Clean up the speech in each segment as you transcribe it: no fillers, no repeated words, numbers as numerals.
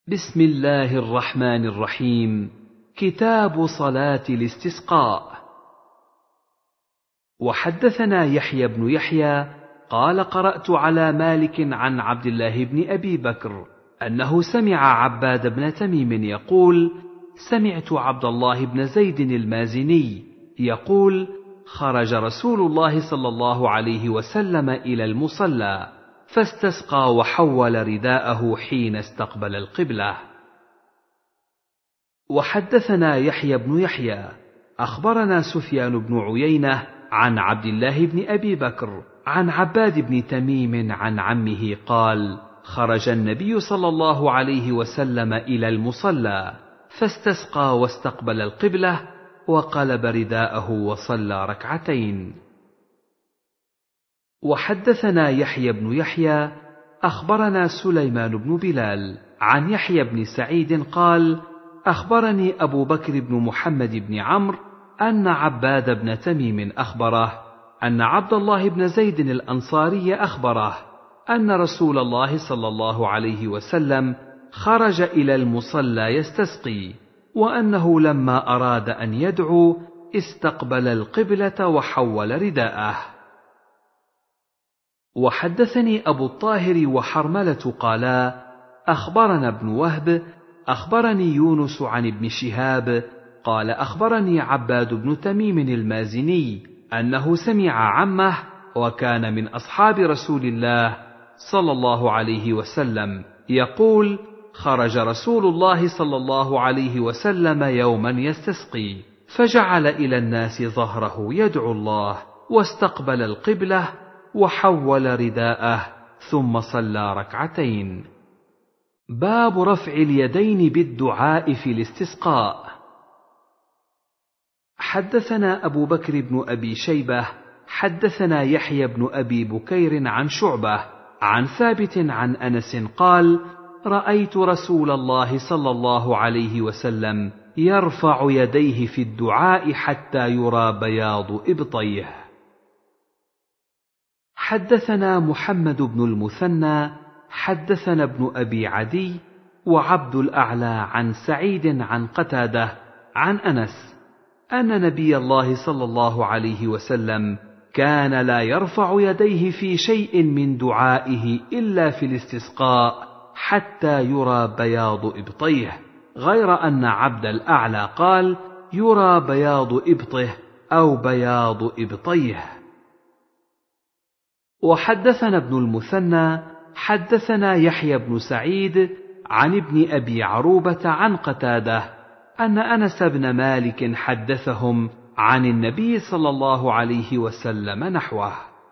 بسم الله الرحمن الرحيم. كتاب صلاة الاستسقاء. وحدثنا يحيى بن يحيى قال قرأت على مالك عن عبد الله بن أبي بكر أنه سمع عباد بن تميم يقول: سمعت عبد الله بن زيد المازني يقول: خرج رسول الله صلى الله عليه وسلم إلى المصلى فاستسقى وحول رداءه حين استقبل القبلة. وحدثنا يحيى بن يحيى أخبرنا سفيان بن عيينة عن عبد الله بن أبي بكر عن عباد بن تميم عن عمه قال: خرج النبي صلى الله عليه وسلم إلى المصلى فاستسقى واستقبل القبلة وقلب رداءه وصلى ركعتين. وحدثنا يحيى بن يحيى أخبرنا سليمان بن بلال عن يحيى بن سعيد قال: أخبرني أبو بكر بن محمد بن عمرو أن عباد بن تميم أخبره أن عبد الله بن زيد الأنصاري أخبره أن رسول الله صلى الله عليه وسلم خرج إلى المصلى يستسقي، وأنه لما أراد أن يدعو استقبل القبلة وحول رداءه. وحدثني أبو الطاهر وحرملة قالا: أخبرنا ابن وهب أخبرني يونس عن ابن شهاب قال: أخبرني عباد بن تميم المازني أنه سمع عمه وكان من أصحاب رسول الله صلى الله عليه وسلم يقول: خرج رسول الله صلى الله عليه وسلم يوما يستسقي فجعل إلى الناس ظهره يدعو الله واستقبل القبلة وحول رداءه ثم صلى ركعتين. باب رفع اليدين بالدعاء في الاستسقاء. حدثنا أبو بكر بن أبي شيبة حدثنا يحيى بن أبي بكير عن شعبة عن ثابت عن أنس قال: رأيت رسول الله صلى الله عليه وسلم يرفع يديه في الدعاء حتى يرى بياض إبطيه. حدثنا محمد بن المثنى حدثنا ابن أبي عدي وعبد الأعلى عن سعيد عن قتادة عن أنس أن نبي الله صلى الله عليه وسلم كان لا يرفع يديه في شيء من دعائه إلا في الاستسقاء حتى يرى بياض إبطيه، غير أن عبد الأعلى قال: يرى بياض إبطه أو بياض إبطيه. وحدثنا ابن المثنى حدثنا يحيى بن سعيد عن ابن أبي عروبة عن قتادة أن أنس بن مالك حدثهم عن النبي صلى الله عليه وسلم نحوه.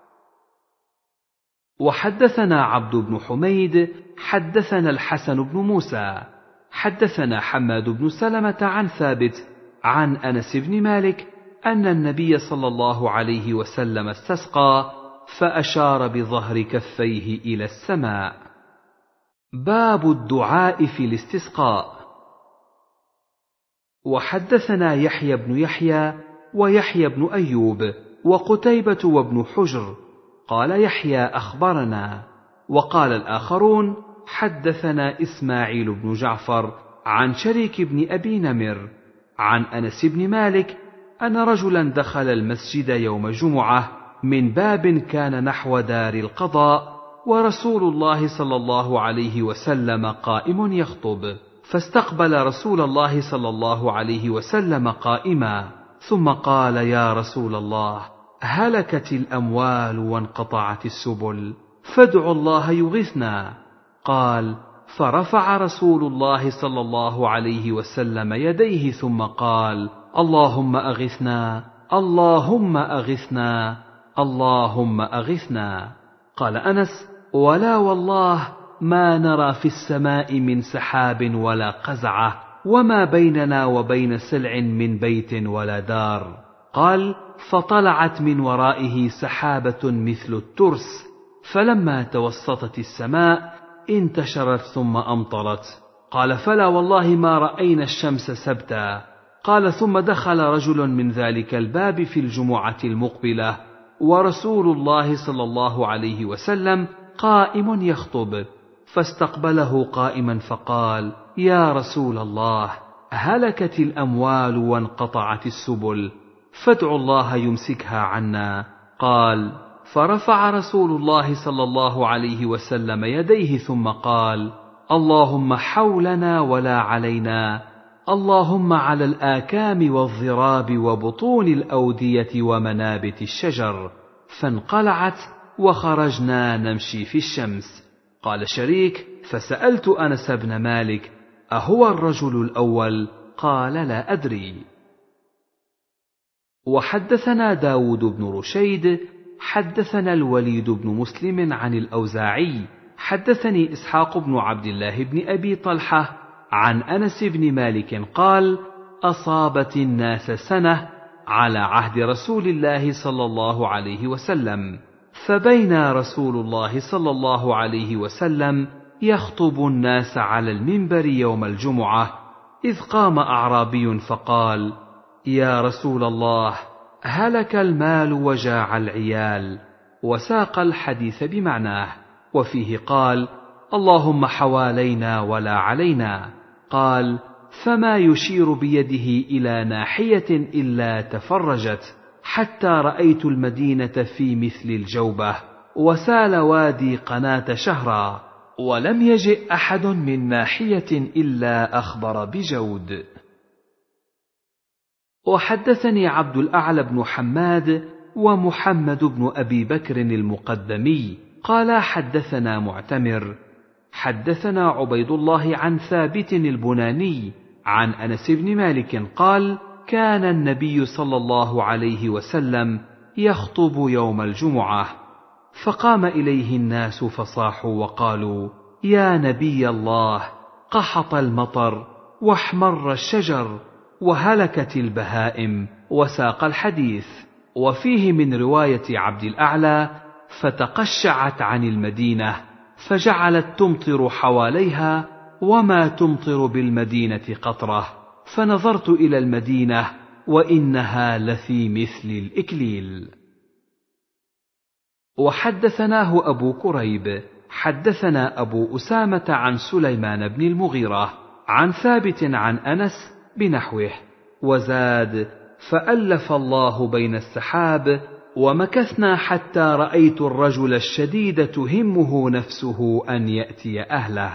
وحدثنا عبد بن حميد حدثنا الحسن بن موسى حدثنا حماد بن سلمة عن ثابت عن أنس بن مالك أن النبي صلى الله عليه وسلم استسقى فأشار بظهر كفيه إلى السماء. باب الدعاء في الاستسقاء. وحدثنا يحيى بن يحيى ويحيى بن أيوب وقتيبة وابن حجر قال يحيى أخبرنا، وقال الآخرون حدثنا إسماعيل بن جعفر عن شريك بن أبي نمر عن أنس بن مالك أن رجلا دخل المسجد يوم جمعة من باب كان نحو دار القضاء، ورسول الله صلى الله عليه وسلم قائم يخطب، فاستقبل رسول الله صلى الله عليه وسلم قائما، ثم قال: يا رسول الله، هلكت الأموال وانقطعت السبل، فادعوا الله يغثنا. قال: فرفع رسول الله صلى الله عليه وسلم يديه ثم قال: اللهم أغثنا، اللهم أغثنا، اللهم أغثنا. قال أنس: ولا والله ما نرى في السماء من سحاب ولا قزعة، وما بيننا وبين سلع من بيت ولا دار. قال: فطلعت من ورائه سحابة مثل الترس، فلما توسطت السماء انتشرت ثم أمطرت. قال: فلا والله ما رأينا الشمس سبتا. قال: ثم دخل رجل من ذلك الباب في الجمعة المقبلة ورسول الله صلى الله عليه وسلم قائم يخطب، فاستقبله قائما فقال: يا رسول الله، هلكت الأموال وانقطعت السبل، فادعوا الله يمسكها عنا. قال: فرفع رسول الله صلى الله عليه وسلم يديه ثم قال: اللهم حولنا ولا علينا، اللهم على الآكام والضراب وبطون الأودية ومنابت الشجر. فانقلعت وخرجنا نمشي في الشمس. قال شريك: فسألت أنس بن مالك: أهو الرجل الأول؟ قال: لا أدري. وحدثنا داود بن رشيد حدثنا الوليد بن مسلم عن الأوزاعي حدثني إسحاق بن عبد الله بن أبي طلحة عن أنس بن مالك قال: أصابت الناس سنة على عهد رسول الله صلى الله عليه وسلم، فبين رسول الله صلى الله عليه وسلم يخطب الناس على المنبر يوم الجمعة، إذ قام أعرابي فقال: يا رسول الله، هلك المال وجاع العيال، وساق الحديث بمعناه، وفيه قال: اللهم حوالينا ولا علينا. قال: فما يشير بيده إلى ناحية إلا تفرجت، حتى رأيت المدينة في مثل الجوبة، وسال وادي قناة شهرا، ولم يجئ أحد من ناحية إلا أخبر بجود. وحدثني عبد الأعلى بن حماد ومحمد بن أبي بكر المقدمي قال: حدثنا معتمر حدثنا عبيد الله عن ثابت البناني عن أنس بن مالك قال: كان النبي صلى الله عليه وسلم يخطب يوم الجمعة، فقام إليه الناس فصاحوا وقالوا: يا نبي الله، قحط المطر واحمر الشجر وهلكت البهائم، وساق الحديث. وفيه من رواية عبد الأعلى: فتقشعت عن المدينة، فجعلت تمطر حواليها وما تمطر بالمدينة قطرة، فنظرت إلى المدينة وإنها لفي مثل الإكليل. وحدثناه أبو كريب حدثنا أبو أسامة عن سليمان بن المغيرة عن ثابت عن أنس بنحوه، وزاد: فألف الله بين السحاب، ومكثنا حتى رأيت الرجل الشديد تهمه نفسه أن يأتي أهله.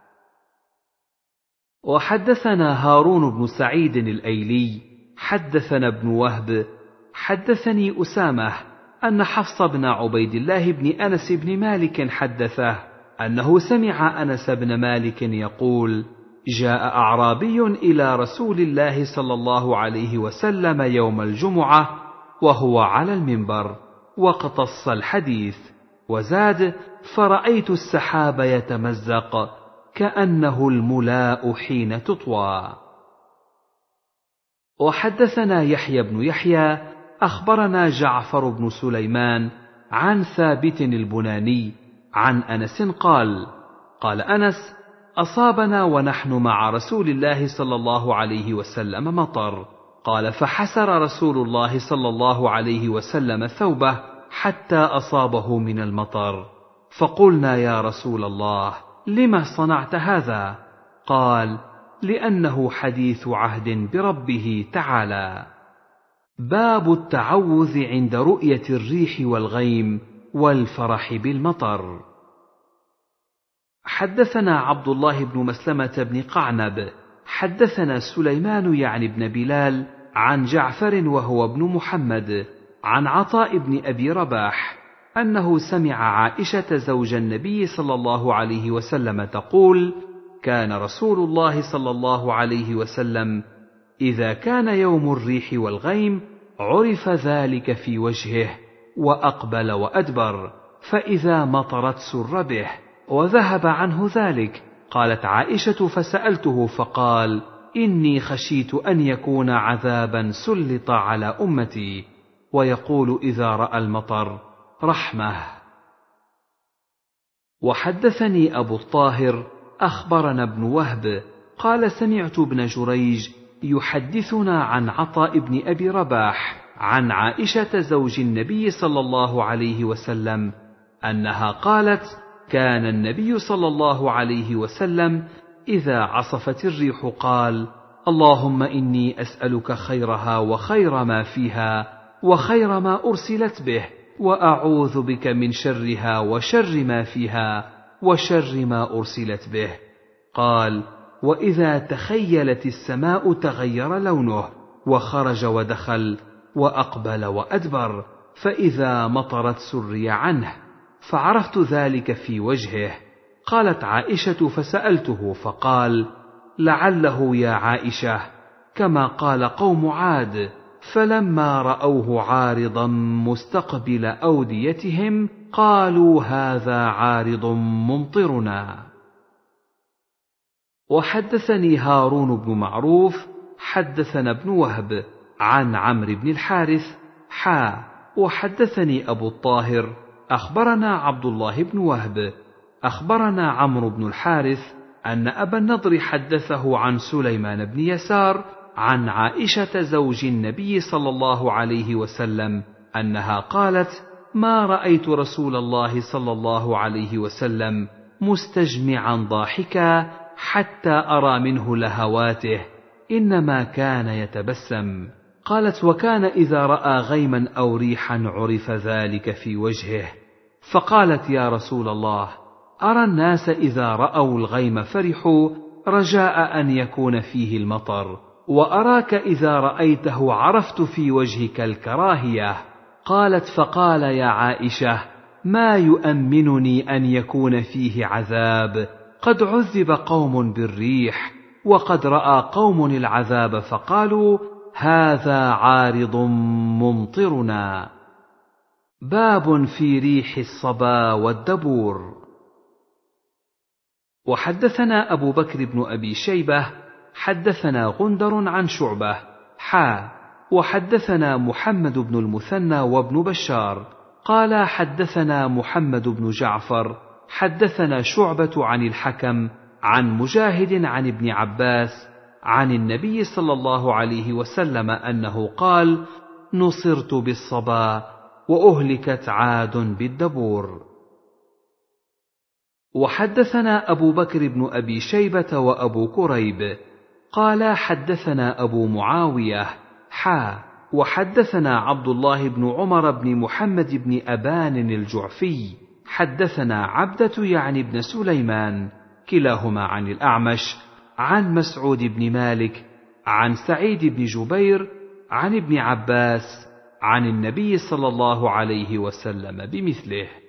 وحدثنا هارون بن سعيد الأيلي حدثنا ابن وهب حدثني أسامة أن حفص بن عبيد الله بن أنس بن مالك حدثه أنه سمع أنس بن مالك يقول: جاء أعرابي إلى رسول الله صلى الله عليه وسلم يوم الجمعة وهو على المنبر، واقتص الحديث، وزاد: فرأيت السحاب يتمزق كأنه الملاء حين تطوى. وحدثنا يحيى بن يحيى أخبرنا جعفر بن سليمان عن ثابت البناني عن أنس قال: قال أنس: أصابنا ونحن مع رسول الله صلى الله عليه وسلم مطر. قال: فحسر رسول الله صلى الله عليه وسلم ثوبه حتى أصابه من المطر، فقلنا: يا رسول الله، لم صنعت هذا؟ قال: لأنه حديث عهد بربه تعالى. باب التعوذ عند رؤية الريح والغيم والفرح بالمطر. حدثنا عبد الله بن مسلمة بن قعنب حدثنا سليمان يعني بن بلال عن جعفر وهو ابن محمد عن عطاء بن أبي رباح أنه سمع عائشة زوج النبي صلى الله عليه وسلم تقول: كان رسول الله صلى الله عليه وسلم إذا كان يوم الريح والغيم عرف ذلك في وجهه، وأقبل وأدبر، فإذا مطرت سر به، وذهب عنه ذلك. قالت عائشة: فسألته فقال: إني خشيت أن يكون عذابا سلط على أمتي، ويقول إذا رأى المطر: رحمة. وحدثني أبو الطاهر أخبرنا ابن وهب قال: سمعت ابن جريج يحدثنا عن عطاء بن أبي رباح عن عائشة زوج النبي صلى الله عليه وسلم أنها قالت: كان النبي صلى الله عليه وسلم إذا عصفت الريح قال: اللهم إني أسألك خيرها وخير ما فيها وخير ما أرسلت به، وأعوذ بك من شرها وشر ما فيها وشر ما أرسلت به. قال: وإذا تخيلت السماء تغير لونه، وخرج ودخل، وأقبل وأدبر، فإذا مطرت سري عنه، فعرفت ذلك في وجهه. قالت عائشة: فسألته فقال: لعله يا عائشة كما قال قوم عاد، فلما رأوه عارضا مستقبل أوديتهم قالوا هذا عارض ممطرنا. وحدثني هارون بن معروف حدثنا ابن وهب عن عمرو بن الحارث وحدثني أبو الطاهر أخبرنا عبد الله بن وهب أخبرنا عمرو بن الحارث أن أبا النضر حدثه عن سليمان بن يسار عن عائشة زوج النبي صلى الله عليه وسلم أنها قالت: ما رأيت رسول الله صلى الله عليه وسلم مستجمعا ضاحكا حتى أرى منه لهواته، إنما كان يتبسم. قالت: وكان إذا رأى غيما أو ريحا عرف ذلك في وجهه. فقالت: يا رسول الله، أرى الناس إذا رأوا الغيم فرحوا رجاء أن يكون فيه المطر، وأراك إذا رأيته عرفت في وجهك الكراهية. قالت: فقال: يا عائشة، ما يؤمنني أن يكون فيه عذاب، قد عذب قوم بالريح، وقد رأى قوم العذاب فقالوا هذا عارض ممطرنا. باب في ريح الصبا والدبور. وحدثنا أبو بكر بن أبي شيبة حدثنا غندر عن شعبة وحدثنا محمد بن المثنى وابن بشار قال حدثنا محمد بن جعفر حدثنا شعبة عن الحكم عن مجاهد عن ابن عباس عن النبي صلى الله عليه وسلم أنه قال: نصرت بالصبا وأهلكت عاد بالدبور. وحدثنا أبو بكر بن أبي شيبة وأبو كريب قال حدثنا أبو معاوية وحدثنا عبد الله بن عمر بن محمد بن أبان الجعفي حدثنا عبدة يعني بن سليمان كلاهما عن الأعمش عن مسعود بن مالك عن سعيد بن جبير عن ابن عباس عن النبي صلى الله عليه وسلم بمثله.